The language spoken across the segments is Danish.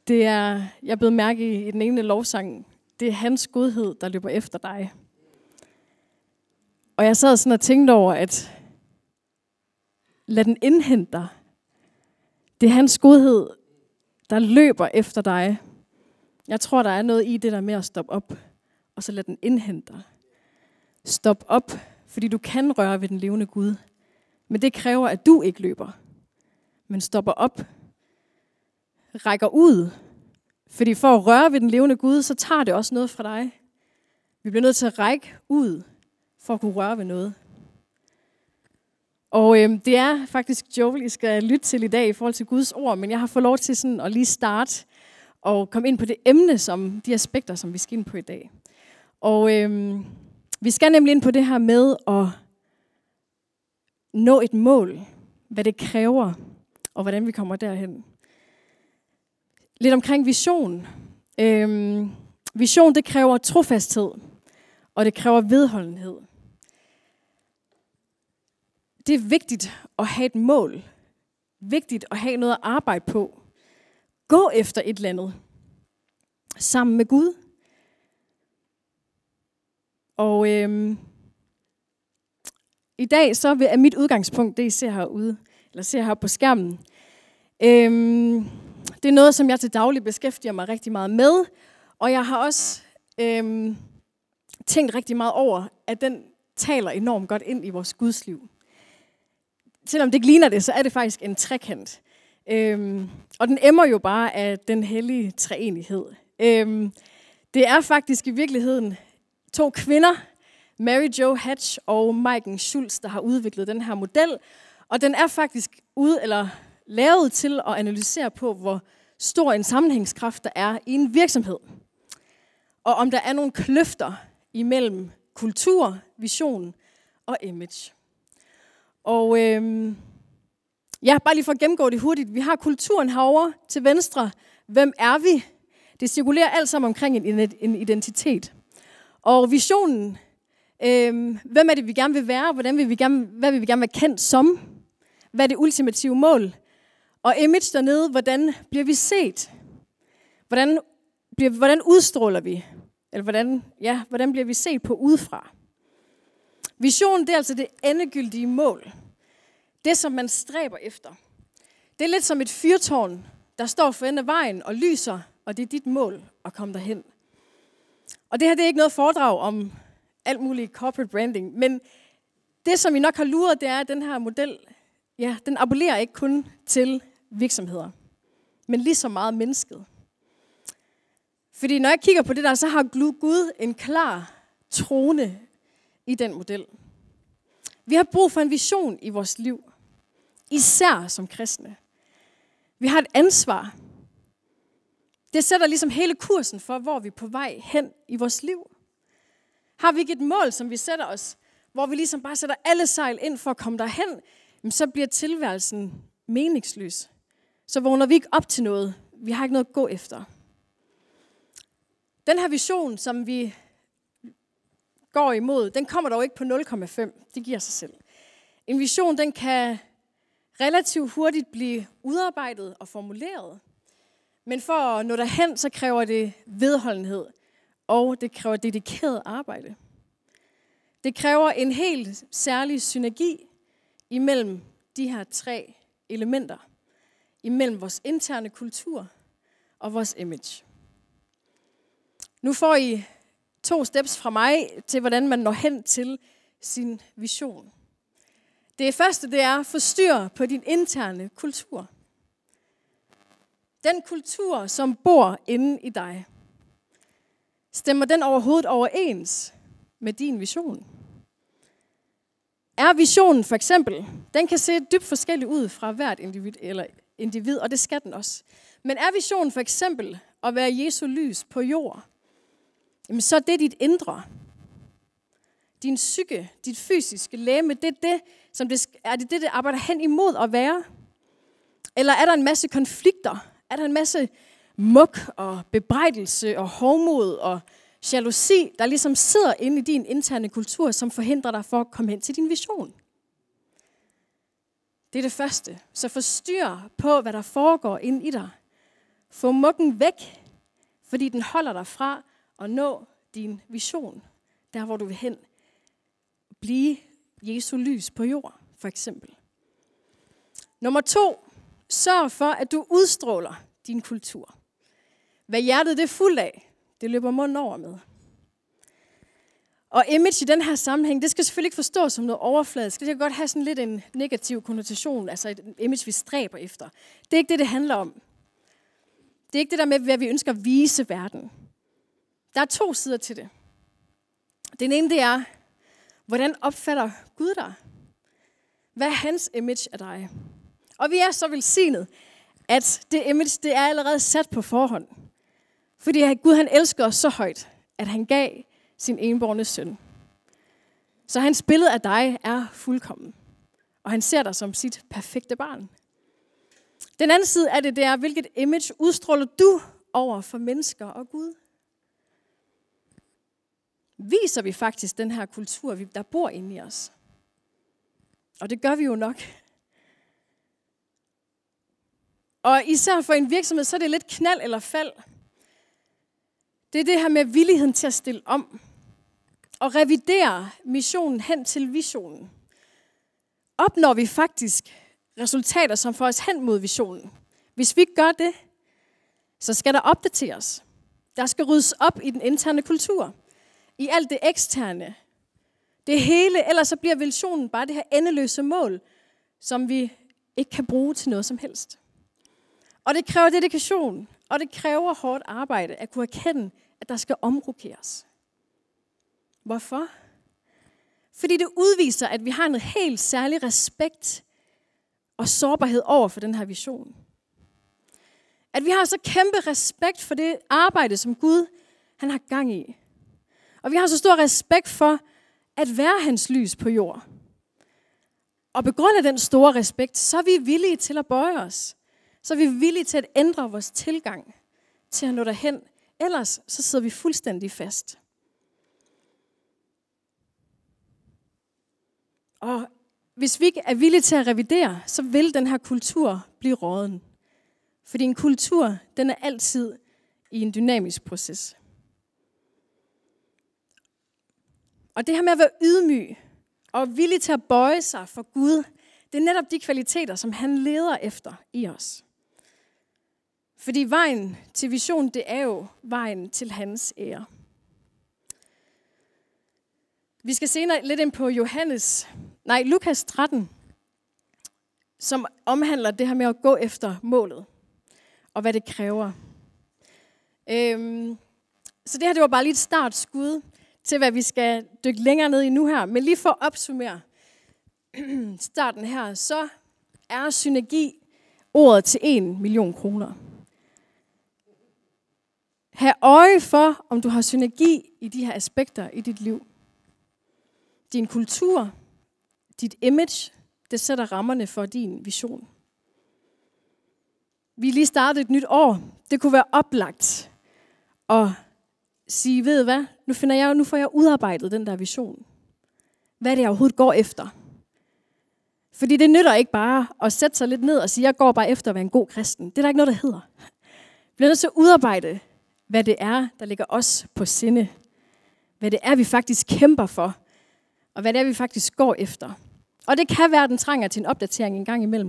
Jeg er blevet mærke i den ene lovsang, det er hans godhed, der løber efter dig. Og jeg sad sådan og tænkte over, at lad den indhente dig. Det er hans godhed, der løber efter dig. Jeg tror, der er noget i det der med at stoppe op, og så lad den indhente dig. Stop op, fordi du kan røre ved den levende Gud. Men det kræver, at du ikke løber, men stopper op, rækker ud. Fordi for at røre ved den levende Gud, så tager det også noget fra dig. Vi bliver nødt til at række ud, for at kunne røre ved noget. Og det er faktisk Joel, I skal lytte til i dag i forhold til Guds ord, men jeg har fået lov til sådan at lige starte og komme ind på det emne, som de aspekter, som vi skal ind på i dag. Og vi skal nemlig ind på det her med at nå et mål, hvad det kræver, og hvordan vi kommer derhen. Lidt omkring vision. Vision, det kræver trofasthed, og det kræver vedholdenhed. Det er vigtigt at have et mål. Vigtigt at have noget at arbejde på. Gå efter et eller andet. Sammen med Gud. Og i dag så er mit udgangspunkt, det I ser herude, eller ser her på skærmen. Det er noget, som jeg til daglig beskæftiger mig rigtig meget med. Og jeg har også tænkt rigtig meget over, at den taler enormt godt ind i vores Gudsliv. Selvom det ikke ligner det, så er det faktisk en trekant. Og den emmer jo bare af den hellige treenighed. Det er faktisk i virkeligheden 2 kvinder, Mary Jo Hatch og Maiken Schultz, der har udviklet den her model. Og den er faktisk lavet til at analysere på, hvor stor en sammenhængskraft der er i en virksomhed. Og om der er nogle kløfter imellem kultur, vision og image. Og bare lige for at gennemgå det hurtigt. Vi har kulturen herovre til venstre. Hvem er vi? Det cirkulerer alt sammen omkring en identitet. Og visionen. Hvem er det, vi gerne vil være? Hvad vil vi gerne være kendt som? Hvad er det ultimative mål? Og image dernede, hvordan bliver vi set? Hvordan udstråler vi? Eller hvordan bliver vi set på udefra? Visionen, det er altså det endegyldige mål. Det, som man stræber efter. Det er lidt som et fyrtårn, der står for enden af vejen og lyser, og det er dit mål at komme derhen. Og det her, det er ikke noget foredrag om alt muligt corporate branding, men det, som I nok har luret, det er, at den her model, den appellerer ikke kun til virksomheder, men lige så meget mennesket. Fordi når jeg kigger på det der, så har Gud en klar trone i den model. Vi har brug for en vision i vores liv, især som kristne. Vi har et ansvar. Det sætter ligesom hele kursen for, hvor vi er på vej hen i vores liv. Har vi ikke et mål, som vi sætter os, hvor vi ligesom bare sætter alle sejl ind for at komme derhen, så bliver tilværelsen meningsløs. Så vågner vi ikke op til noget. Vi har ikke noget at gå efter. Den her vision, som vi går imod, den kommer dog ikke på 0,5. Det giver sig selv. En vision, den kan relativt hurtigt blive udarbejdet og formuleret. Men for at nå derhen, så kræver det vedholdenhed, og det kræver dedikeret arbejde. Det kræver en helt særlig synergi imellem de her 3 elementer. Imellem vores interne kultur og vores image. Nu får I 2 steps fra mig til, hvordan man når hen til sin vision. Det første, det er at få styr på din interne kultur. Den kultur, som bor inde i dig. Stemmer den overhovedet overens med din vision? Er visionen for eksempel, den kan se dybt forskellig ud fra hvert individ, og det skal den også. Men er visionen for eksempel at være Jesu lys på jord, jamen så er det dit indre. Din psyke, dit fysiske legeme, det er det arbejder hen imod at være? Eller er der en masse konflikter? Er der en masse muk og bebrejdelse og hovmod og jalousi, der ligesom sidder inde i din interne kultur, som forhindrer dig for at komme hen til din vision? Det er det første. Så få styr på, hvad der foregår inde i dig. Få muggen væk, fordi den holder dig fra at nå din vision. Der, hvor du vil hen. Blive Jesu lys på jord, for eksempel. Nummer 2. Sørg for, at du udstråler din kultur. Hvad hjertet det er fuld af, det løber munden over med. Og image i den her sammenhæng, det skal selvfølgelig ikke forstås som noget overfladisk. Det kan godt have sådan lidt en negativ konnotation, altså et image, vi stræber efter. Det er ikke det, det handler om. Det er ikke det der med, hvad vi ønsker at vise verden. Der er 2 sider til det. Den ene, det er, hvordan opfatter Gud dig? Hvad er hans image af dig? Og vi er så velsignet, at det image, det er allerede sat på forhånd. Fordi Gud, han elsker os så højt, at han gav sin enbårne søn. Så hans billede af dig er fuldkommen. Og han ser dig som sit perfekte barn. Den anden side af det, det er, hvilket image udstråler du over for mennesker og Gud? Viser vi faktisk den her kultur, der bor inde i os? Og det gør vi jo nok. Og især for en virksomhed, så er det lidt knald eller fald. Det er det her med villigheden til at stille om. Og revidere missionen hen til visionen. Opnår vi faktisk resultater, som får os hen mod visionen? Hvis vi ikke gør det, så skal der opdateres. Der skal ryddes op i den interne kultur. I alt det eksterne. Det hele, ellers så bliver visionen bare det her endeløse mål, som vi ikke kan bruge til noget som helst. Og det kræver dedikation, og det kræver hårdt arbejde at kunne erkende, at der skal omrokeres. Hvorfor? Fordi det udviser, at vi har en helt særlig respekt og sårbarhed over for den her vision. At vi har så kæmpe respekt for det arbejde, som Gud han har gang i. Og vi har så stor respekt for at være hans lys på jord. Og på grund af den store respekt, så er vi villige til at bøje os. Så er vi villige til at ændre vores tilgang til at nå derhen. Ellers så sidder vi fuldstændig fast. Og hvis vi ikke er villige til at revidere, så vil den her kultur blive rådden. Fordi en kultur, den er altid i en dynamisk proces. Og det her med at være ydmyg og villig til at bøje sig for Gud, det er netop de kvaliteter, som han leder efter i os. Fordi vejen til vision, det er jo vejen til hans ære. Vi skal senere lidt ind på Lukas 13, som omhandler det her med at gå efter målet, og hvad det kræver. Så det her, det var bare lige et startskud til, hvad vi skal dykke længere ned i nu her. Men lige for at opsummere starten her, så er synergi ordet til 1 million kroner. Ha' øje for, om du har synergi i de her aspekter i dit liv. Din kultur, dit image, det sætter rammerne for din vision. Vi er lige startet et nyt år. Det kunne være oplagt at sige, ved hvad, nu får jeg udarbejdet den der vision. Hvad det overhovedet går efter. Fordi det nytter ikke bare at sætte sig lidt ned og sige, jeg går bare efter at være en god kristen. Det er der ikke noget, der hedder. Vi bliver nødt til at udarbejde, hvad det er, der ligger os på sinde. Hvad det er, vi faktisk kæmper for. Og hvad det er, vi faktisk går efter. Og det kan være, at den trænger til en opdatering en gang imellem.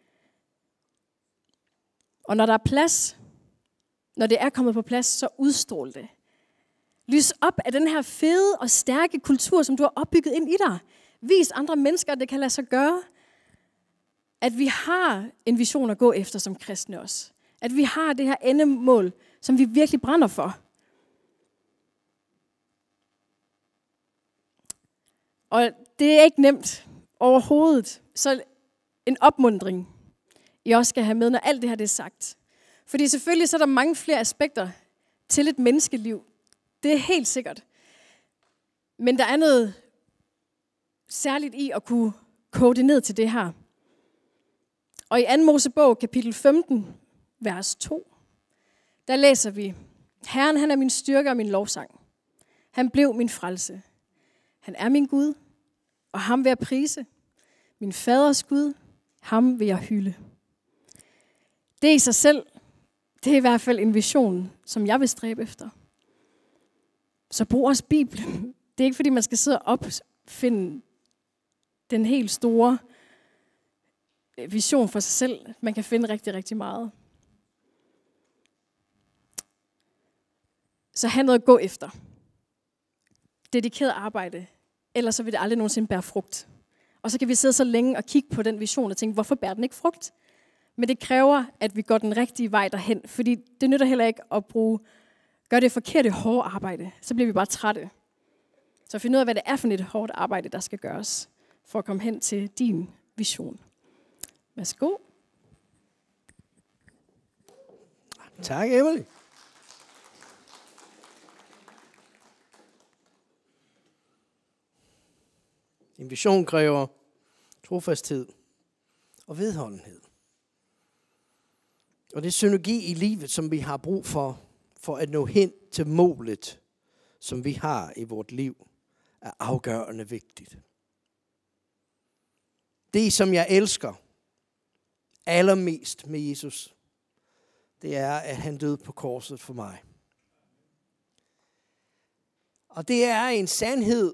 Og når der er plads, når det er kommet på plads, så udstrål det. Lys op af den her fede og stærke kultur, som du har opbygget ind i dig. Vis andre mennesker, at det kan lade sig gøre. At vi har en vision at gå efter som kristne også. At vi har det her endemål, som vi virkelig brænder for. Og det er ikke nemt overhovedet. Så en opmuntring, I også skal have med, når alt det her det er sagt. Fordi selvfølgelig så er der mange flere aspekter til et menneskeliv. Det er helt sikkert. Men der er noget særligt i at kunne koge det ned til det her. Og i 2. Mosebog, kapitel 15, vers 2, der læser vi, Herren, han er min styrke og min lovsang. Han blev min frelse. Han er min Gud, og ham vil jeg prise. Min faders Gud, ham vil jeg hylde. Det i sig selv, Det er i hvert fald en vision, som jeg vil stræbe efter. Så brug også Bibelen. Det er ikke, fordi man skal sidde og opfinde den helt store vision for sig selv. Man kan finde rigtig, rigtig meget. Så have noget at gå efter. Dedikeret arbejde. Ellers så vil det aldrig nogensinde bære frugt. Og så kan vi sidde så længe og kigge på den vision og tænke, hvorfor bærer den ikke frugt? Men det kræver, at vi går den rigtige vej derhen. Fordi det nytter heller ikke at gøre det forkerte hårde arbejde. Så bliver vi bare trætte. Så find ud af, hvad det er for et hårdt arbejde, der skal gøres, for at komme hen til din vision. Værsgo. Tak, Emily. En vision kræver trofasthed og vedholdenhed. Og det er synergi i livet, som vi har brug for at nå hen til målet, som vi har i vort liv, er afgørende vigtigt. Det, som jeg elsker allermest med Jesus, det er, at han døde på korset for mig. Og det er en sandhed,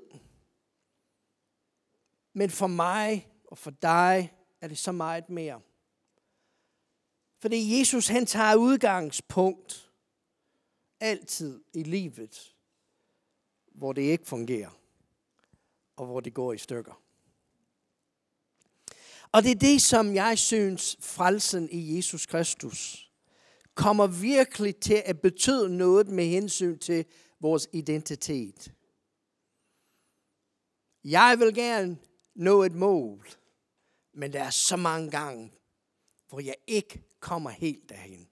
men for mig og for dig er det så meget mere. Fordi Jesus, han tager udgangspunkt altid i livet, hvor det ikke fungerer, og hvor det går i stykker. Og det er det, som jeg synes, frelsen i Jesus Kristus kommer virkelig til at betyde noget med hensyn til vores identitet. Jeg vil gerne nå et mål, men der er så mange gange, hvor jeg ikke kommer helt derhen.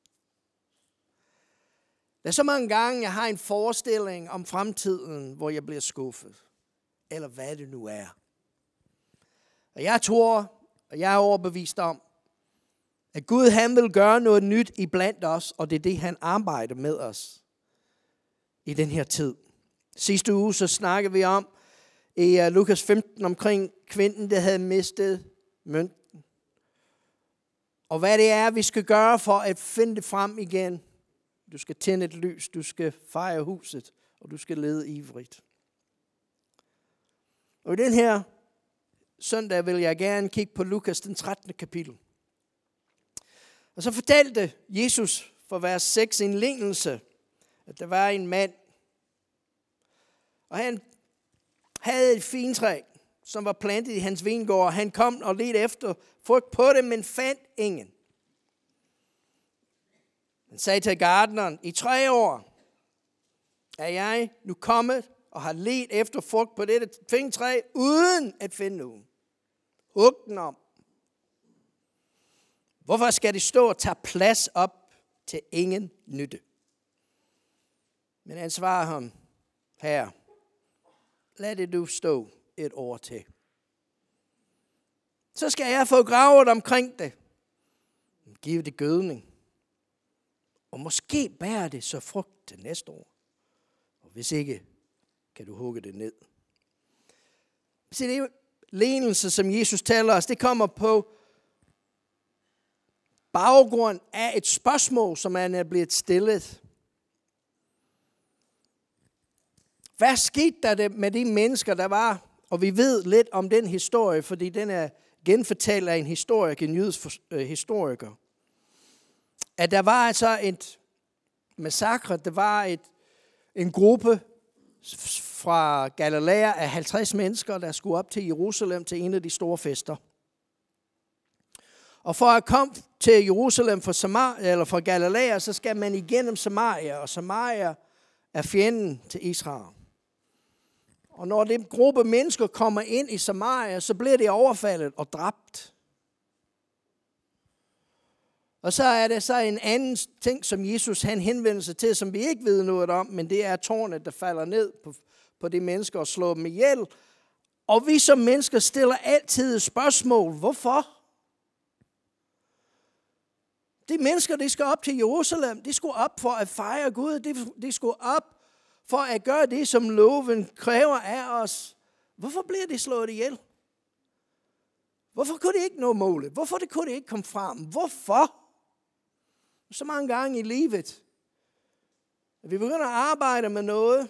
Der er så mange gange, jeg har en forestilling om fremtiden, hvor jeg bliver skuffet. Eller hvad det nu er. Og jeg tror, og jeg er overbevist om, at Gud, han vil gøre noget nyt iblandt os, og det er det, han arbejder med os i den her tid. Sidste uge så snakkede vi om i Lukas 15 omkring kvinden, der havde mistet mønten. Og hvad det er, vi skal gøre for at finde det frem igen. Du skal tænde et lys, du skal fejre huset, og du skal lede ivrigt. Og i den her søndag vil jeg gerne kigge på Lukas den 13. kapitel. Og så fortalte Jesus for vers 6 en lignelse, at der var en mand, og han havde et fintræ, som var plantet i hans vingård. Han kom og ledte efter frugt på det, men fandt ingen. Han sagde til gartneren, i 3 år er jeg nu kommet og har ledt efter frugt på dette fintræ, uden at finde nogen. Hug den om. Hvorfor skal det stå og tage plads op til ingen nytte? Men han svarer ham, herre, lad det du stå et år til. Så skal jeg få gravet omkring det. Give det gødning. Og måske bærer det så frugt til næste år. Og hvis ikke, kan du hugge det ned. Så det er jo lignelse, som Jesus taler os. Det kommer på baggrund af et spørgsmål, som han er blevet stillet. Hvad skete der med de mennesker, der var? Og vi ved lidt om den historie, fordi den er genfortalt af en historiker, en jødisk historiker. At der var altså et massakre, der var en gruppe fra Galilea af 50 mennesker, der skulle op til Jerusalem til en af de store fester. Og for at komme til Jerusalem fra Galilea, så skal man igennem Samaria, og Samaria er fjenden til Israel. Og når den gruppe mennesker kommer ind i Samaria, så bliver de overfaldet og dræbt. Og så er der så en anden ting, som Jesus han henvender sig til, som vi ikke ved noget om, men det er tårnet, der falder ned på de mennesker og slår dem ihjel. Og vi som mennesker stiller altid et spørgsmål. Hvorfor? De mennesker, de skal op til Jerusalem. De skulle op for at fejre Gud. De skulle op for at gøre det, som loven kræver af os. Hvorfor bliver de slået ihjel? Hvorfor kunne de ikke nå målet? Hvorfor kunne de ikke komme frem? Hvorfor? Så mange gange i livet, at vi begynder at arbejde med noget,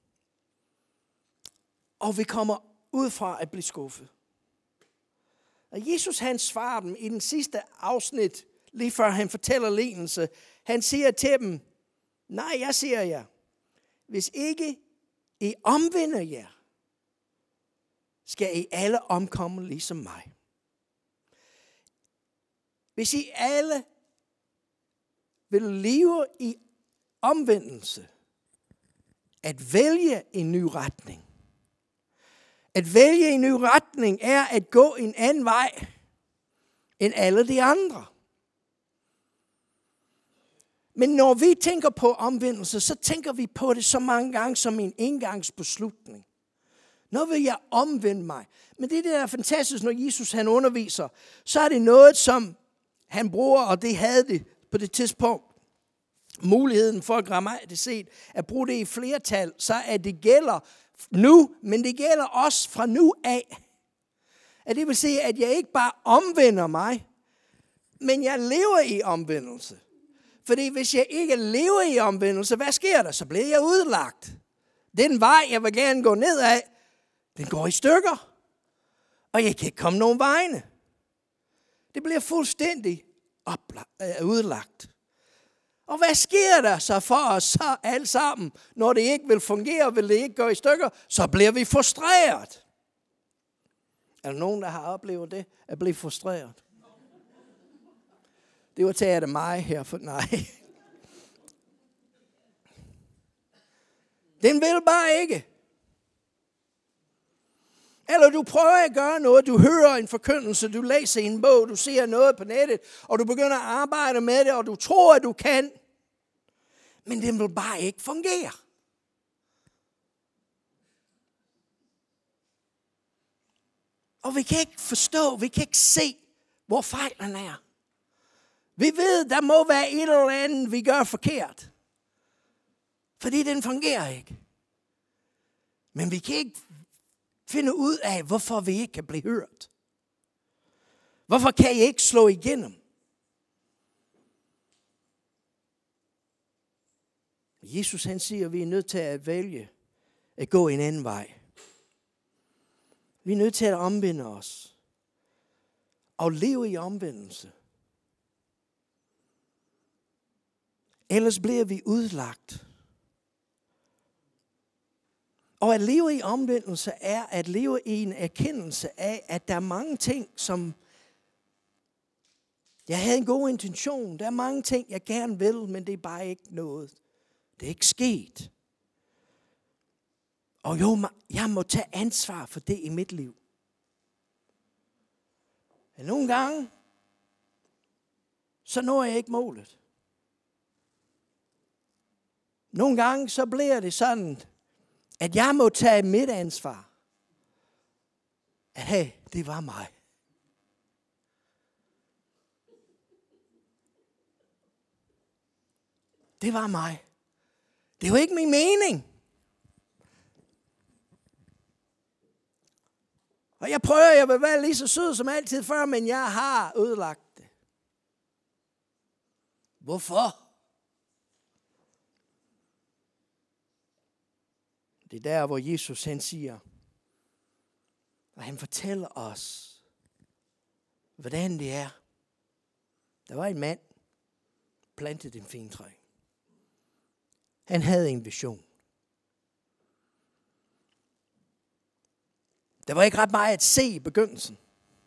og vi kommer ud fra at blive skuffet. Og Jesus han svarer dem i den sidste afsnit, lige før han fortæller lignelse. Han siger til dem, nej, jeg siger jer, hvis ikke I omvender jer, skal I alle omkomme ligesom mig. Hvis I alle vil leve i omvendelse, at vælge en ny retning. At vælge en ny retning er at gå en anden vej end alle de andre. Men når vi tænker på omvendelse, så tænker vi på det så mange gange som en engangsbeslutning. Nu vil jeg omvende mig. Men det der er fantastisk, når Jesus han underviser, så er det noget, som han bruger, og det havde det på det tidspunkt, muligheden for grammatisk set at bruge det i flertal, så at det gælder nu, men det gælder også fra nu af. At det vil sige, at jeg ikke bare omvender mig, men jeg lever i omvendelse. Fordi hvis jeg ikke lever i omvendelse, hvad sker der? Så bliver jeg udlagt. Den vej, jeg vil gerne gå ned af, den går i stykker. Og jeg kan ikke komme nogen vegne. Det bliver fuldstændig udlagt. Og hvad sker der så for os så alle sammen, når det ikke vil fungere, vil det ikke gå i stykker, så bliver vi frustreret. Er der nogen, der har oplevet det, at blive frustreret? Det var taget af mig her, for nej. Den vil bare ikke. Eller du prøver at gøre noget, du hører en forkyndelse, du læser en bog, du ser noget på nettet, og du begynder at arbejde med det, og du tror, at du kan. Men den vil bare ikke fungere. Og vi kan ikke forstå, vi kan ikke se, hvor fejlen er. Vi ved, der må være et eller andet, vi gør forkert. Fordi den fungerer ikke. Men vi kan ikke finde ud af, hvorfor vi ikke kan blive hørt. Hvorfor kan I ikke slå igennem? Jesus han siger, at vi er nødt til at vælge at gå en anden vej. Vi er nødt til at omvende os. Og leve i omvendelse. Ellers bliver vi udlagt. Og at leve i omvendelse er at leve i en erkendelse af, at der er mange ting, som jeg havde en god intention. Der er mange ting, jeg gerne vil, men det er bare ikke noget. Det er ikke sket. Og jo, jeg må tage ansvar for det i mit liv. Men nogle gange, så når jeg ikke målet. Nogle gange, så bliver det sådan, at jeg må tage mit ansvar. At hey, det var mig. Det var mig. Det var ikke min mening. Og jeg prøver, jeg vil være lige så sød som altid før, men jeg har ødelagt det. Hvorfor? Det er der, hvor Jesus han siger, og han fortæller os, hvordan det er. Der var en mand, plantede en fintræ. Han havde en vision. Der var ikke ret meget at se i begyndelsen.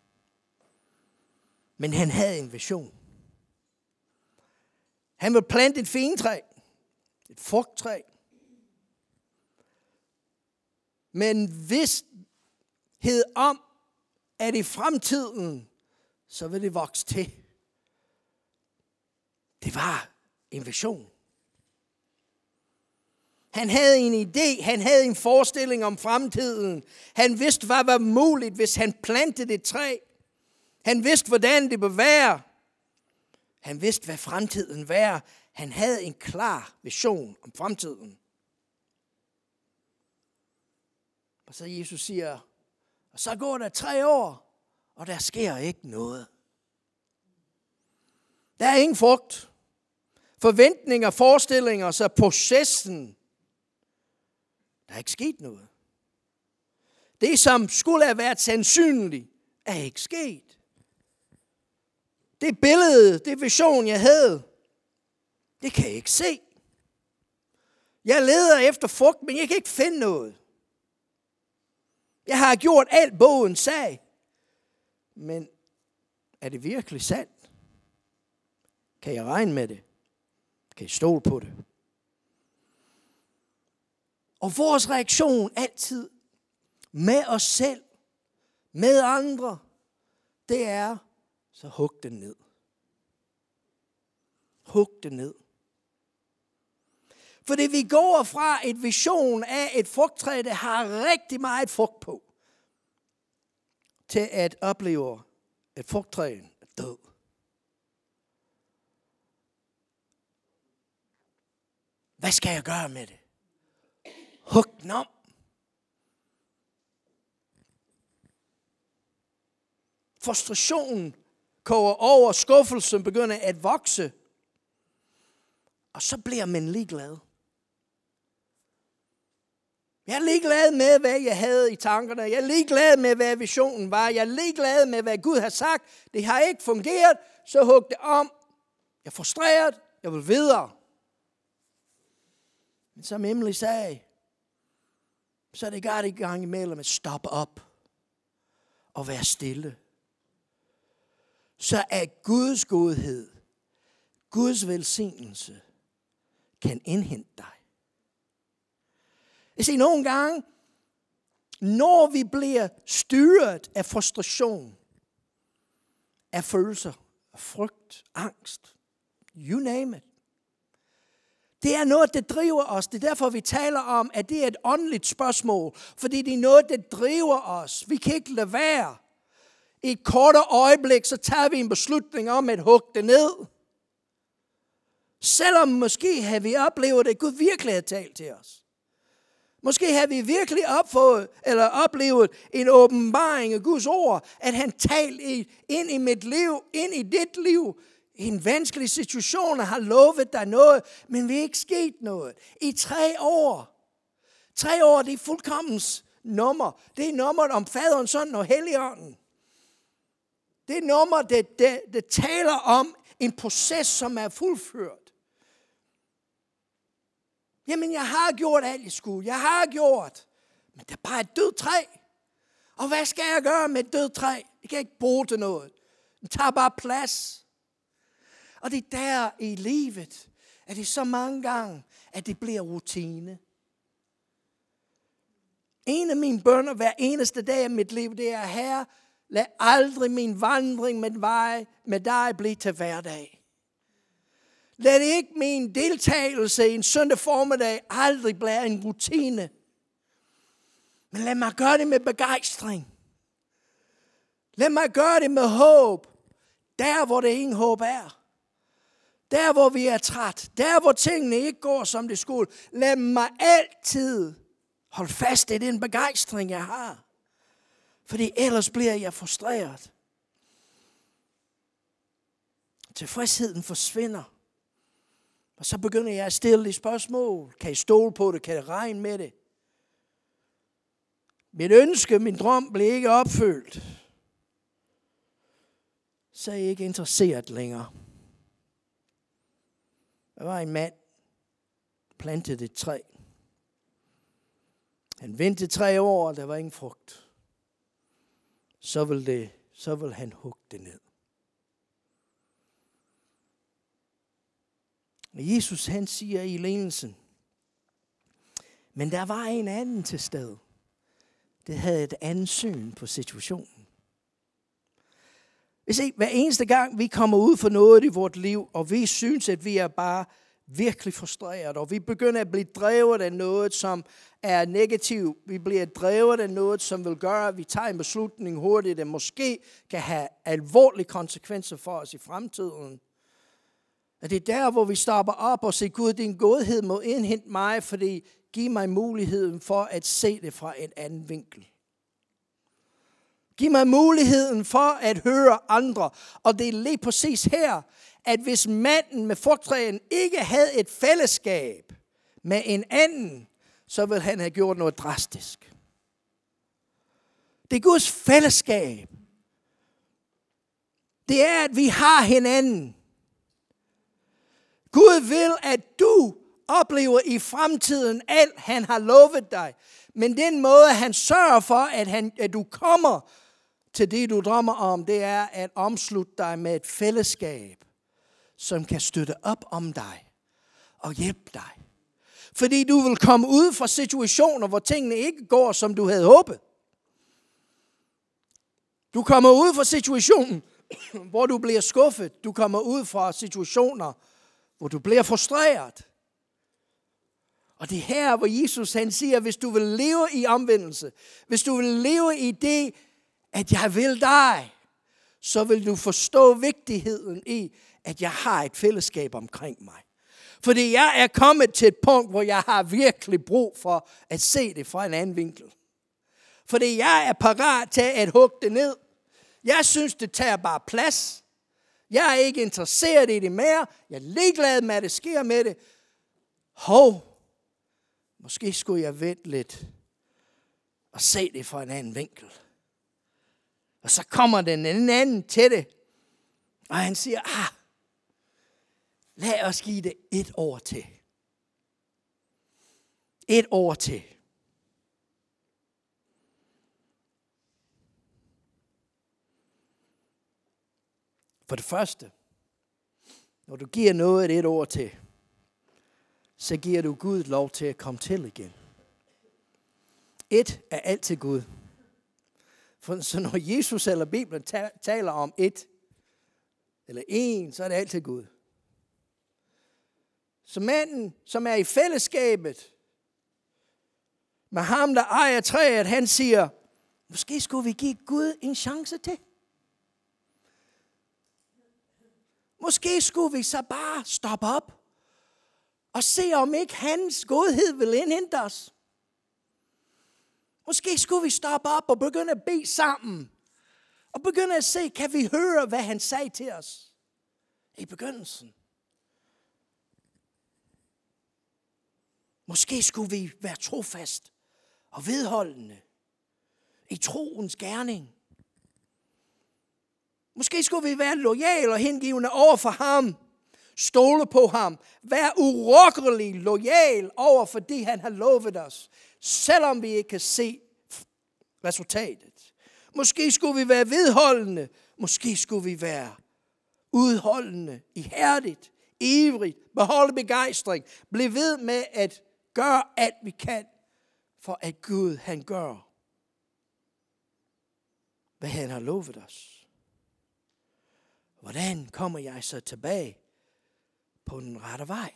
Men han havde en vision. Han ville plante et fintræ. Et frugttræ. Men vidsthed om, at i fremtiden, så vil det vokse til. Det var en vision. Han havde en idé, han havde en forestilling om fremtiden. Han vidste, hvad var muligt, hvis han plantede et træ. Han vidste, hvordan det ville være. Han vidste, hvad fremtiden var. Han havde en klar vision om fremtiden. Og så Jesus siger, og så går der 3 år, og der sker ikke noget. Der er ingen frugt. forventninger, forestillinger, så processen, der er ikke sket noget. Det, som skulle have været sandsynligt, er ikke sket. Det billede, det vision, jeg havde, det kan jeg ikke se. Jeg leder efter frugt, men jeg kan ikke finde noget. Jeg har gjort alt bogen sagde. Men er det virkelig sandt? Kan jeg regne med det? Kan jeg stole på det? Og vores reaktion altid med os selv, med andre, det er, så hug den ned. Hug den ned. Fordi vi går fra et vision af et frugttræ, der har rigtig meget frugt på, til at opleve, at frugttræen er død. Hvad skal jeg gøre med det? Hug den om. Frustrationen koger over, skuffelsen begynder at vokse. Og så bliver man ligeglad. Jeg er ligeglad med, hvad jeg havde i tankerne. Jeg er ligeglad med, hvad visionen var. Jeg er ligeglad med, hvad Gud har sagt. Det har ikke fungeret, så hug det om. Jeg er frustreret. Jeg vil videre. Men som Emily sagde, så er det godt i gang imellem at stoppe op og være stille. Så at Guds godhed, Guds velsignelse, kan indhente dig. Jeg siger nogle gange, når vi bliver styret af frustration, af følelser, af frygt, angst, you name it. Det er noget, der driver os. Det er derfor, vi taler om, at det er et åndeligt spørgsmål. Fordi det er noget, der driver os. Vi kan ikke lade være. I et kort øjeblik, så tager vi en beslutning om at hugge det ned. Selvom måske har vi oplevet, at Gud virkelig har talt til os. Måske har vi virkelig oplevet en åbenbaring af Guds ord, at han talte ind i mit liv, ind i dit liv, i en vanskelig situation, og har lovet dig noget, men vi er ikke sket noget. I 3 år. 3 år, det er fuldkommens nummer. Det er nummeret om Faderen, Sønnen og Helligånden. Det er nummer, der taler om en proces, som er fuldført. Jamen, jeg har gjort alt, jeg skulle. Jeg har gjort. Men det er bare et dødt træ. Og hvad skal jeg gøre med et dødt træ? Det kan ikke bruge til noget. Det tager bare plads. Og det er der i livet, at det så mange gange, at det bliver rutine. En af mine bønner hver eneste dag af mit liv, det er, Herre, lad aldrig min vandring med dig blive til hverdag. Lad ikke min deltagelse i en søndag formiddag aldrig blive en rutine. Men lad mig gøre det med begejstring. Lad mig gøre det med håb. Der, hvor det ingen håb er. Der, hvor vi er træt. Der, hvor tingene ikke går, som det skulle. Lad mig altid holde fast i den begejstring, jeg har. Fordi ellers bliver jeg frustreret. Tilfredsheden forsvinder. Og så begynder jeg at stille de spørgsmål. Kan I stole på det? Kan I regne med det? Mit ønske, min drøm blev ikke opfyldt. Så er jeg ikke interesseret længere. Der var en mand, der plantede et træ. Han ventede 3 år, og der var ingen frugt. Så vil han hugge det ned. Jesus han siger i lignelsen, men der var en anden til stede. Det havde et andet syn på situationen. Hvis ikke hver eneste gang vi kommer ud for noget i vort liv, og vi synes, at vi er bare virkelig frustreret, og vi begynder at blive drevet af noget, som er negativt. Vi bliver drevet af noget, som vil gøre, at vi tager en beslutning hurtigt, der måske kan have alvorlige konsekvenser for os i fremtiden. At det er der, hvor vi stopper op og siger, Gud, din godhed må indhente mig, fordi giv mig muligheden for at se det fra en anden vinkel. Giv mig muligheden for at høre andre. Og det er lige præcis her, at hvis manden med frugttræen ikke havde et fællesskab med en anden, så ville han have gjort noget drastisk. Det er Guds fællesskab. Det er, at vi har hinanden. Gud vil, at du oplever i fremtiden alt, han har lovet dig. Men den måde, han sørger for, at du kommer til det, du drømmer om, det er at omslutte dig med et fællesskab, som kan støtte op om dig og hjælpe dig. Fordi du vil komme ud fra situationer, hvor tingene ikke går, som du havde håbet. Du kommer ud fra situationen, hvor du bliver skuffet. Du kommer ud fra situationer, hvor du bliver frustreret. Og det er her, hvor Jesus han siger, hvis du vil leve i omvendelse, hvis du vil leve i det, at jeg vil dig, så vil du forstå vigtigheden i, at jeg har et fællesskab omkring mig. Fordi jeg er kommet til et punkt, hvor jeg har virkelig brug for at se det fra en anden vinkel. Fordi jeg er parat til at hugge det ned. Jeg synes, det tager bare plads. Jeg er ikke interesseret i det mere. Jeg er ligeglad med, at det sker med det. Måske skulle jeg vente lidt og se det fra en anden vinkel. Og så kommer den anden til det. Og han siger, lad os give det 1 år til. 1 år til. For det første, når du giver noget 1 år til, så giver du Gud lov til at komme til igen. 1 er altid Gud. For så når Jesus eller Bibelen taler om 1 eller 1, så er det altid Gud. Så manden, som er i fællesskabet med ham, der ejer træet, han siger, måske skulle vi give Gud en chance til. Måske skulle vi så bare stoppe op og se, om ikke hans godhed vil indhente os. Måske skulle vi stoppe op og begynde at bede sammen. Og begynde at se, kan vi høre, hvad han sagde til os i begyndelsen. Måske skulle vi være trofast og vedholdende i troens gerning. Måske skulle vi være loyale og hengivende over for ham. Stole på ham. Være urokkelig loyal over for det, han har lovet os. Selvom vi ikke kan se resultatet. Måske skulle vi være vedholdende. Måske skulle vi være udholdende, ihærdigt, ivrigt, beholde begejstring. Bliv ved med at gøre alt vi kan, for at Gud han gør, hvad han har lovet os. Hvordan kommer jeg så tilbage på den rette vej?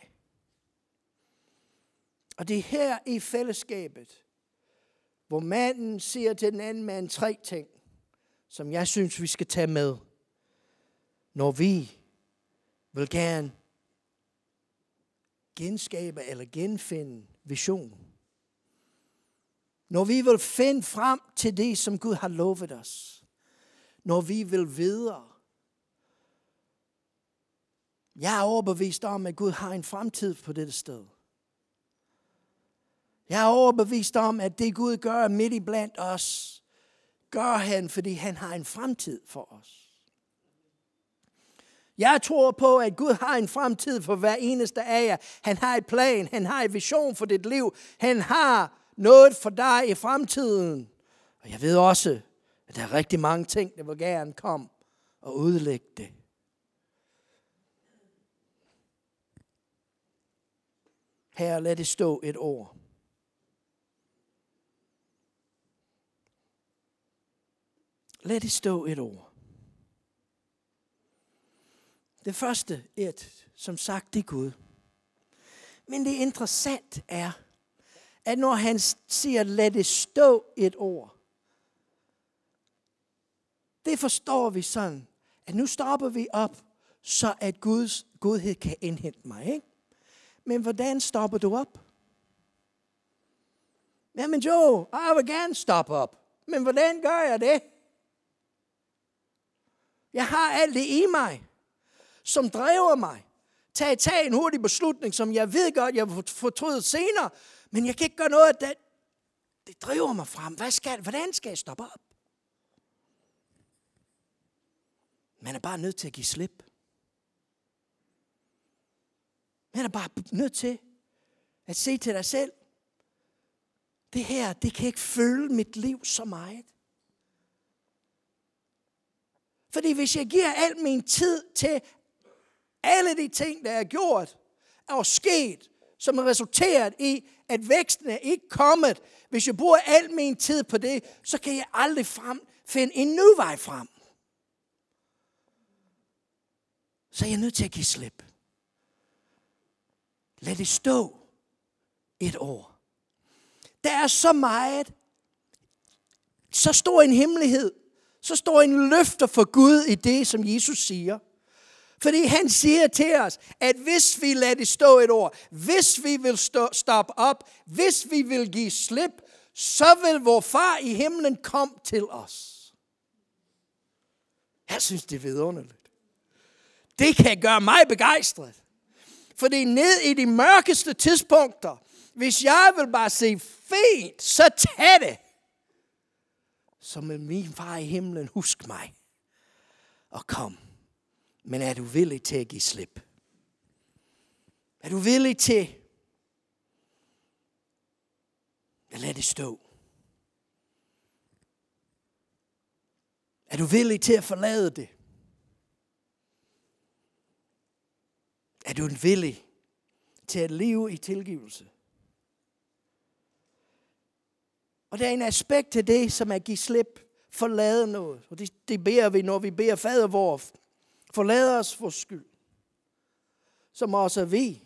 Og det er her i fællesskabet, hvor manden siger til den anden mand 3 ting, som jeg synes, vi skal tage med, når vi vil gerne genskabe eller genfinde visionen. Når vi vil finde frem til det, som Gud har lovet os. Når vi vil videre. Jeg er overbevist om, at Gud har en fremtid på dette sted. Jeg er overbevist om, at det Gud gør midt i blandt os, gør han, fordi han har en fremtid for os. Jeg tror på, at Gud har en fremtid for hver eneste af jer. Han har et plan, han har en vision for dit liv. Han har noget for dig i fremtiden. Og jeg ved også, at der er rigtig mange ting, der vil gerne komme og udlægge det. Her, lad det stå 1 år. Lad det stå 1 år. Det første som sagt, det er Gud. Men det interessante er, at når han siger, lad det stå 1 år, det forstår vi sådan, at nu stopper vi op, så at Guds godhed kan indhente mig, ikke? Men hvordan stopper du op? Jamen Joe, jeg vil gerne stoppe op. Men hvordan gør jeg det? Jeg har alt det i mig. som driver mig til at tage en hurtig beslutning, som jeg ved godt, jeg vil fortryde senere, men jeg kan ikke gøre noget af det. Det driver mig frem. Hvordan skal jeg stoppe op? Man er bare nødt til at give slip. Man er bare nødt til at se til dig selv. Det her, det kan ikke fylde mit liv så meget. Fordi hvis jeg giver al min tid til alle de ting, der er gjort og sket, som er resulteret i, at væksten er ikke kommet. Hvis jeg bruger al min tid på det, så kan jeg aldrig finde en ny vej frem. Så jeg er nødt til at give slip. Lad det stå et år. Der er så meget, så stor en hemmelighed, så stor en løfter for Gud i det, som Jesus siger. Fordi han siger til os, at hvis vi lader det stå et år, hvis vi vil stoppe op, hvis vi vil give slip, så vil vor far i himlen komme til os. Jeg synes, det er vidunderligt. Det kan gøre mig begejstret. Fordi ned i de mørkeste tidspunkter, hvis jeg vil bare se fint, så tag det. Så med min far i himlen, husk mig og kom. Men er du villig til at give slip? Er du villig til at lade det stå? Er du villig til at forlade det? Er du villig til at leve i tilgivelse? Og der er en aspekt til det, som er at give slip, forlade noget. Og det beder vi, når vi beder Fader vor. Forlad os for skyld, som også er vi.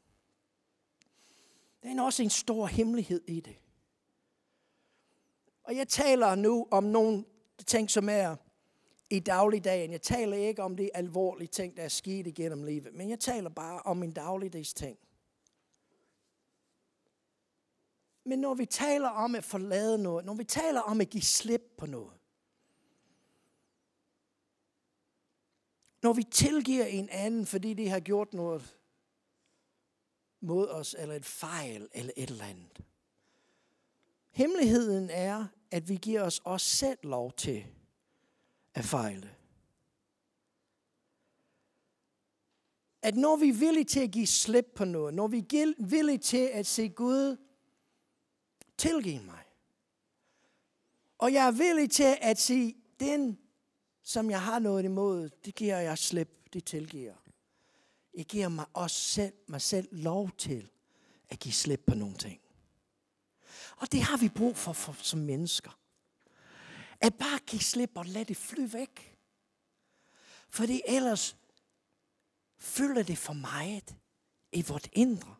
Der er også en stor hemmelighed i det. Og jeg taler nu om nogle ting, som er i dagligdagen. Jeg taler ikke om de alvorlige ting, der er sket igennem livet, men jeg taler bare om en dagligdags ting. Men når vi taler om at forlade noget, når vi taler om at give slip på noget, når vi tilgiver en anden, fordi de har gjort noget mod os, eller et fejl, eller et eller andet. Hemmeligheden er, at vi giver os selv lov til at fejle. At når vi er villige til at give slip på noget, når vi er villige til at se Gud, tilgive mig. Og jeg er villig til at sige, den som jeg har noget imod, det giver jeg slip, det tilgiver. Jeg giver mig selv lov til at give slip på nogle ting. Og det har vi brug for som mennesker. At bare give slip og lade det flyve væk. Fordi ellers fylder det for meget i vort indre.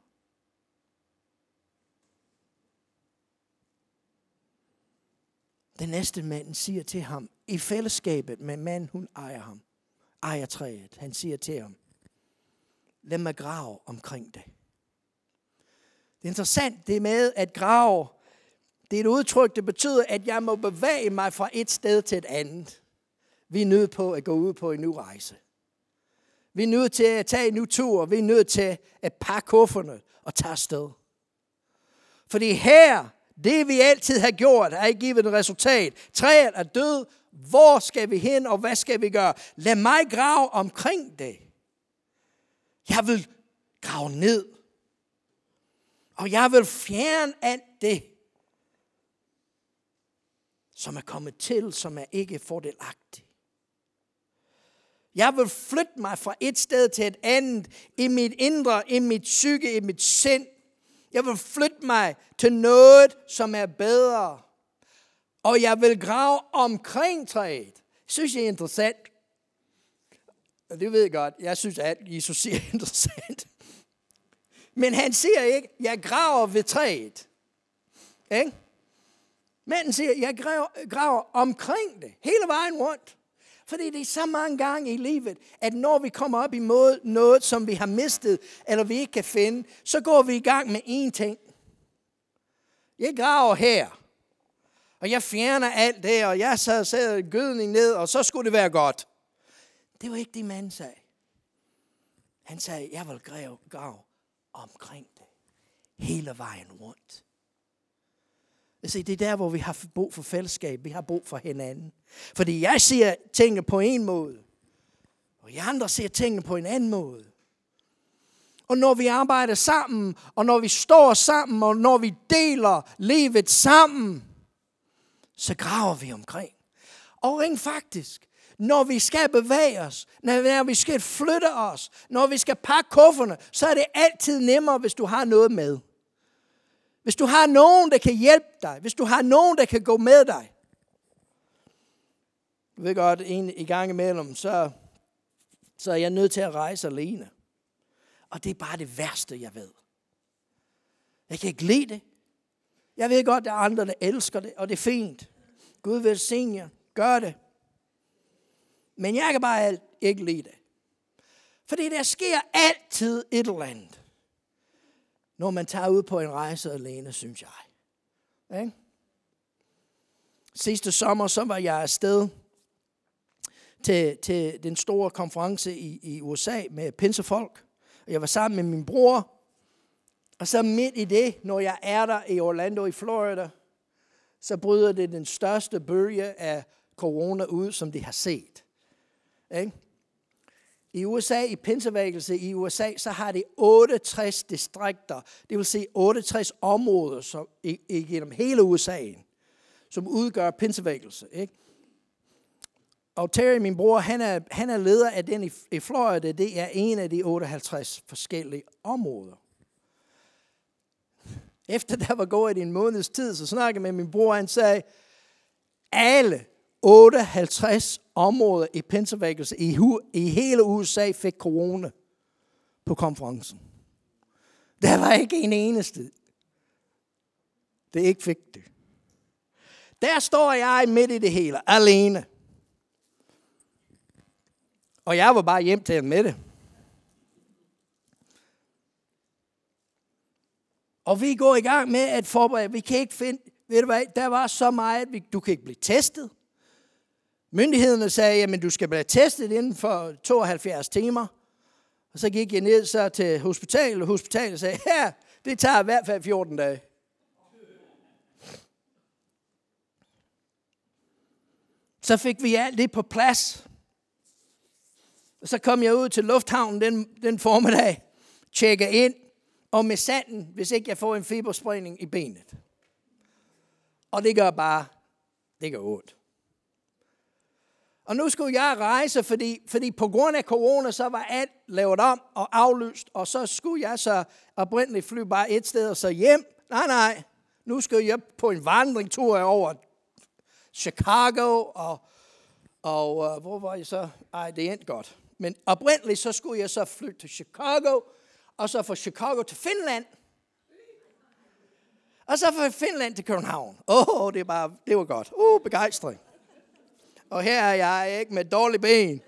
Den næste mand siger til ham, i fællesskabet med mand, hun ejer træet. Han siger til ham, lad mig grave omkring det. Det er interessant, det med at grave. Det er et udtryk, det betyder, at jeg må bevæge mig fra et sted til et andet. Vi er nødt på at gå ud på en ny rejse. Vi er nødt til at tage en ny tur. Vi er nødt til at pakke kufferne og tage afsted. Fordi her, det vi altid har gjort, har ikke givet et resultat. Træet er død. Hvor skal vi hen, og hvad skal vi gøre? Lad mig grave omkring det. Jeg vil grave ned. Og jeg vil fjerne alt det, som er kommet til, som er ikke fordelagtigt. Jeg vil flytte mig fra et sted til et andet, i mit indre, i mit psyke, i mit sind. Jeg vil flytte mig til noget, som er bedre. Og jeg vil grave omkring træet. Jeg synes, det er interessant. Og det ved jeg godt. Jeg synes, at Jesus siger er interessant. Men han siger ikke, jeg graver ved træet. Ikke? Men siger, jeg graver omkring det. Hele vejen rundt. Fordi det er så mange gange i livet, at når vi kommer op imod noget, som vi har mistet, eller vi ikke kan finde, så går vi i gang med én ting. Jeg graver her. Og jeg fjerner alt det, og jeg sætter gødning ned, og så skulle det være godt. Det var ikke det, manden sagde. Han sagde, jeg vil grave omkring det. Hele vejen rundt. Altså, det er der, hvor vi har brug for fællesskab. Vi har brug for hinanden. Fordi jeg ser tingene på en måde. Og I andre ser tingene på en anden måde. Og når vi arbejder sammen, og når vi står sammen, og når vi deler livet sammen, så graver vi omkring. Og rent faktisk, når vi skal bevæge os, når vi skal flytte os, når vi skal pakke kufferne, så er det altid nemmere, hvis du har noget med. Hvis du har nogen, der kan hjælpe dig. Hvis du har nogen, der kan gå med dig. Du ved godt, i gang imellem, så er jeg nødt til at rejse alene. Og det er bare det værste, jeg ved. Jeg kan ikke lide det. Jeg ved godt, der er andre, der elsker det, og det er fint. Gud velsigne jer. Gør det. Men jeg kan bare ikke lide det. Fordi der sker altid et eller andet, når man tager ud på en rejse alene, synes jeg. Okay? Sidste sommer, så var jeg afsted til den store konference i USA med pinsefolk. Jeg var sammen med min bror. Og så midt i det, når jeg er der i Orlando i Florida, så bryder det den største bølge af corona ud, som de har set. Okay? I USA, i pinsevækkelse i USA, så har de 68 distrikter. Det vil sige 68 områder som, igennem hele USA, som udgør pinsevækkelse. Ikke? Og Terry, min bror, han er leder af den i Florida. Det er en af de 58 forskellige områder. Efter der var gået en måneds tid, så snakkede jeg med min bror, han sagde, alle 58 områder i pinsevækkelse i hele USA fik corona på konferencen. Der var ikke en eneste, der ikke fik det. Der står jeg midt i det hele, alene. Og jeg var bare hjem til med det. Og vi går i gang med at forberede. Vi kan ikke finde, ved du hvad, der var så meget, du kan ikke blive testet. Myndighederne sagde, jamen du skal blive testet inden for 72 timer. Og så gik jeg ned så til hospitalet, og hospitalet sagde, ja, det tager i hvert fald 14 dage. Så fik vi alt det på plads. Og så kom jeg ud til lufthavnen den formiddag, tjekker ind, og med sanden, hvis ikke jeg får en fiberspredning i benet. Og det gør ondt. Og nu skulle jeg rejse, fordi på grund af corona, så var alt lavet om og aflyst, og så skulle jeg så oprindeligt flyve bare et sted og så hjem. Nej, nu skulle jeg på en vandringtur over Chicago, og hvor var jeg så? Det endte godt. Men oprindeligt så skulle jeg så flytte til Chicago, og så fra Chicago til Finland. Og så fra Finland til København. Det var godt. Begejstring. Og her er jeg ikke med dårlige ben.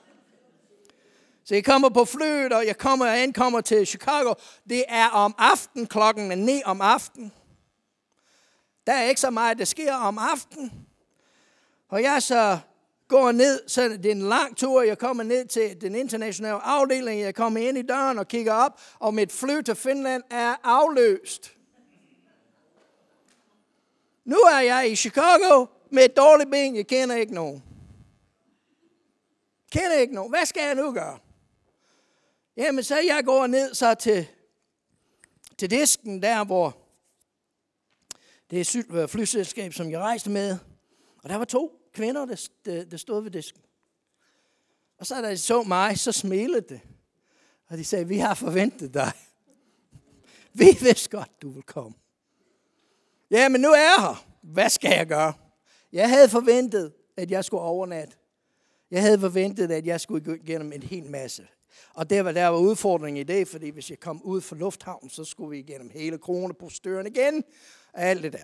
Så jeg kommer på flyet, og jeg ankommer til Chicago. Det er om aftenen, klokken 9 om aftenen. Der er ikke så meget, der sker om aftenen. Og jeg så går ned, så det er en lang tur. Jeg kommer ned til den internationale afdeling. Jeg kommer ind i døren og kigger op, og mit fly til Finland er afløst. Nu er jeg i Chicago med et dårligt ben. Jeg kender ikke nogen. Hvad skal jeg nu gøre? Jamen, så jeg går ned så til disken, der hvor det er flyselskab, som jeg rejste med. Og der var 2 kvinder, der stod ved disken. Og så da de så mig, så smilede det. Og de sagde, vi har forventet dig. Vi vidste godt, du vil komme. Jamen, nu er jeg her. Hvad skal jeg gøre? Jeg havde forventet, at jeg skulle overnatte. Jeg havde forventet, at jeg skulle gå igennem en hel masse. Og der var udfordringen i det, fordi hvis jeg kom ud fra lufthavnen, så skulle vi igennem hele kroneproceduren igen. Og alt det der.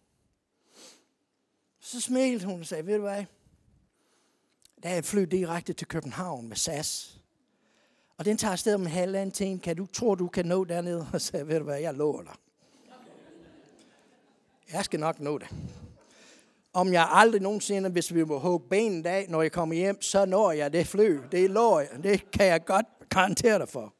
Så smilte hun og sagde, ved du hvad? Der er et fly direkte til København med SAS. Og den tager afsted om en halvanden time. Tror du kan nå dernede? Og sagde, ved du hvad, jeg lover dig. Jeg skal nok nå det. Om jeg aldrig nogensinde, hvis vi må hugge benet af, når jeg kommer hjem, så når jeg det fly. Det lover jeg. Det kan jeg godt garantere dig for.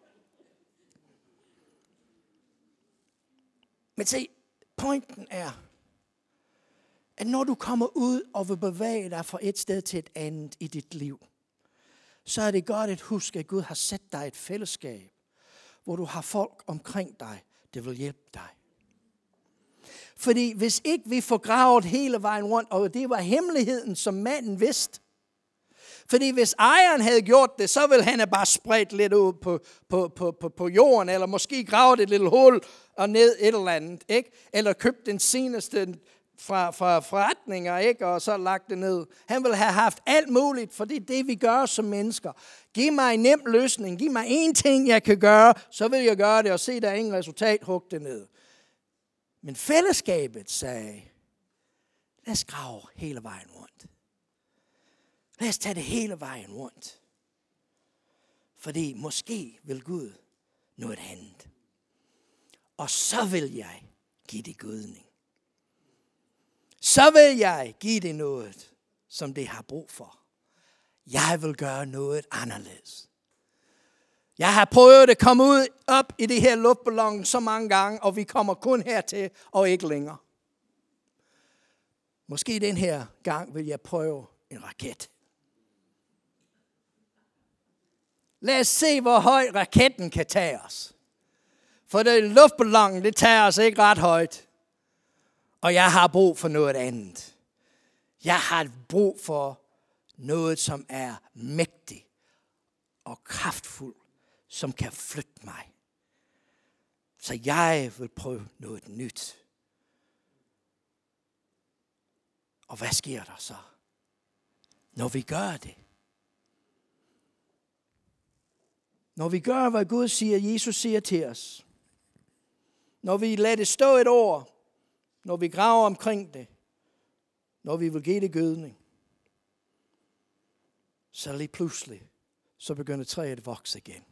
Men se, pointen er, at når du kommer ud og vil bevæge dig fra et sted til et andet i dit liv, så er det godt at huske, at Gud har sat dig et fællesskab, hvor du har folk omkring dig, der vil hjælpe dig. Fordi hvis ikke vi får gravet hele vejen rundt, og det var hemmeligheden, som manden vidste. Fordi hvis ejeren havde gjort det, så ville han have bare spredt lidt ud på jorden, eller måske gravet et lille hul og ned et eller andet, ikke? Eller købt den seneste fra forretninger, ikke? Og så lagt det ned. Han ville have haft alt muligt, for det er det, vi gør som mennesker. Giv mig en nem løsning, giv mig én ting, jeg kan gøre, så vil jeg gøre det, og se, der er ingen resultat, hug det ned. Men fællesskabet sagde, lad os grave hele vejen rundt. Lad os tage det hele vejen rundt. Fordi måske vil Gud noget andet. Og så vil jeg give det gødning. Så vil jeg give det noget, som det har brug for. Jeg vil gøre noget anderledes. Jeg har prøvet at komme ud op i det her luftballon så mange gange, og vi kommer kun hertil og ikke længere. Måske den her gang vil jeg prøve en raket. Lad os se, hvor højt raketten kan tage os. For det luftballonen, det tager os ikke ret højt. Og jeg har brug for noget andet. Jeg har brug for noget, som er mægtigt og kraftfuldt, som kan flytte mig. Så jeg vil prøve noget nyt. Og hvad sker der så, når vi gør det? Når vi gør, hvad Gud siger, Jesus siger til os. Når vi lader det stå et år. Når vi graver omkring det. Når vi vil give det gødning. Så lige pludselig, så begynder træet at vokse igen.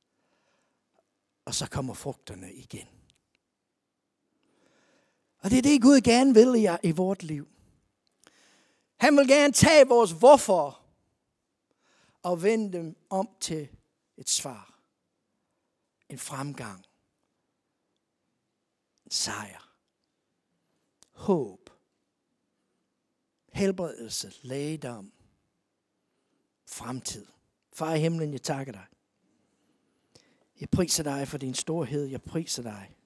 Og så kommer frugterne igen. Og det er det, Gud gerne vil i vort liv. Han vil gerne tage vores hvorfor og vende dem om til et svar. En fremgang. En sejr. Håb. Helbredelse. Lægedom. Fremtid. Far i himlen, jeg takker dig. Jeg priser dig for din storhed. Jeg priser dig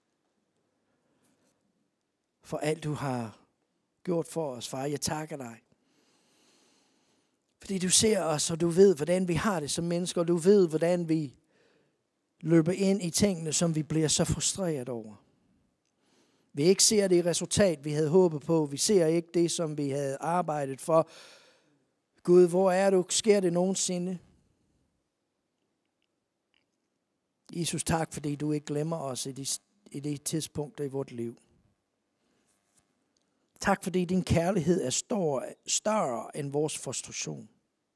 for alt, du har gjort for os, far. Jeg takker dig. Fordi du ser os, og du ved, hvordan vi har det som mennesker, og du ved, hvordan vi løber ind i tingene, som vi bliver så frustreret over. Vi ikke ser det resultat, vi havde håbet på. Vi ser ikke det, som vi havde arbejdet for. Gud, hvor er du? Sker det nogensinde? Jesus, tak, fordi du ikke glemmer os i de tidspunkter i vort liv. Tak, fordi din kærlighed er større end vores frustration.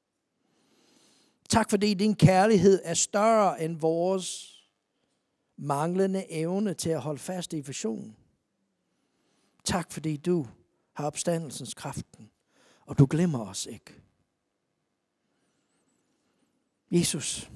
Tak, fordi din kærlighed er større end vores manglende evne til at holde fast i visionen. Tak, fordi du har opstandelsens kraften, og du glemmer os ikke. Jesus,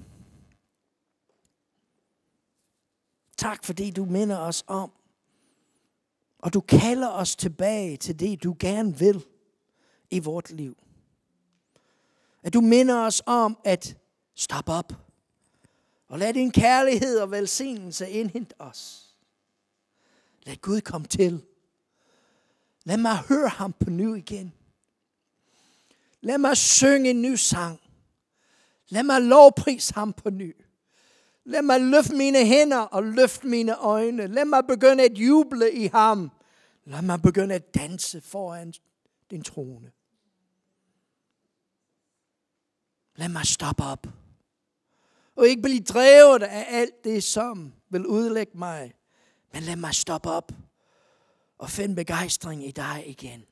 tak, fordi du minder os om, og du kalder os tilbage til det, du gerne vil i vort liv. At du minder os om at stoppe op og lad din kærlighed og velsignelse indhente os. Lad Gud komme til. Lad mig høre ham på ny igen. Lad mig synge en ny sang. Lad mig lovprise ham på ny. Lad mig løfte mine hænder og løfte mine øjne. Lad mig begynde at juble i ham. Lad mig begynde at danse foran din trone. Lad mig stoppe op. Og ikke blive drevet af alt det, som vil udlægge mig. Men lad mig stoppe op og finde begejstring i dig igen.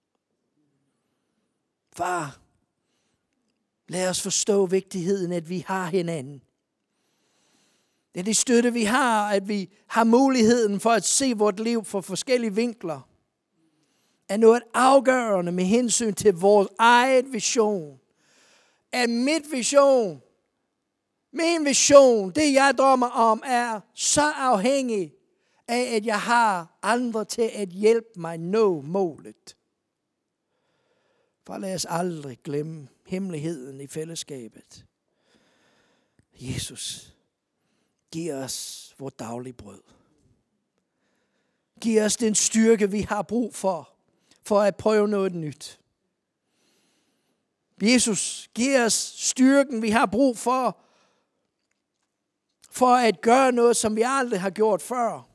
Far, lad os forstå vigtigheden, at vi har hinanden. Det er det støtte, vi har, at vi har muligheden for at se vort liv fra forskellige vinkler. Er noget afgørende med hensyn til vores egen vision. Er mit vision Min vision, det jeg drømmer om, er så afhængig af, at jeg har andre til at hjælpe mig nå målet. For lad os aldrig glemme hemmeligheden i fællesskabet. Jesus, giv os vores daglige brød. Giv os den styrke, vi har brug for at prøve noget nyt. Jesus, giv os styrken, vi har brug for at gøre noget, som vi aldrig har gjort før.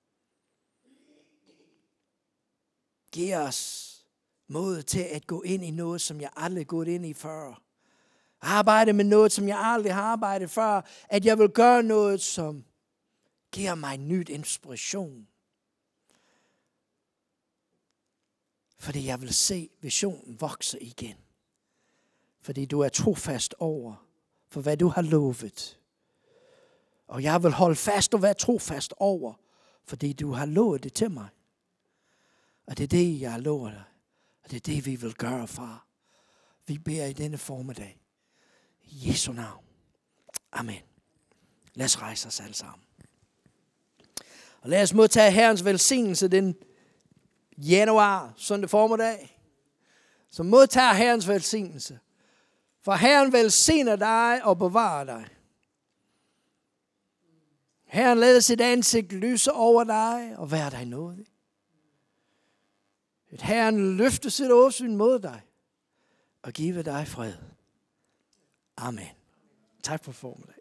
Giv os mod til at gå ind i noget, som jeg aldrig har gået ind i før. Arbejde med noget, som jeg aldrig har arbejdet før. At jeg vil gøre noget, som giver mig en ny inspiration. Fordi jeg vil se visionen vokse igen. Fordi du er trofast over for, hvad du har lovet. Og jeg vil holde fast og være trofast over, fordi du har lovet det til mig. Og det er det, jeg har lovet dig. Og det er det, vi vil gøre, far. Vi beder i denne formiddag. I Jesu navn. Amen. Lad os rejse os alle sammen. Og lad os modtage Herrens velsignelse den januar, søndag formiddag. Så modtager Herrens velsignelse. For Herren velsigner dig og bevarer dig. Herren lader sit ansigt lyse over dig og være dig nådig. At Herren løfter sit åsyn mod dig og giver dig fred. Amen. Tak for formiddag.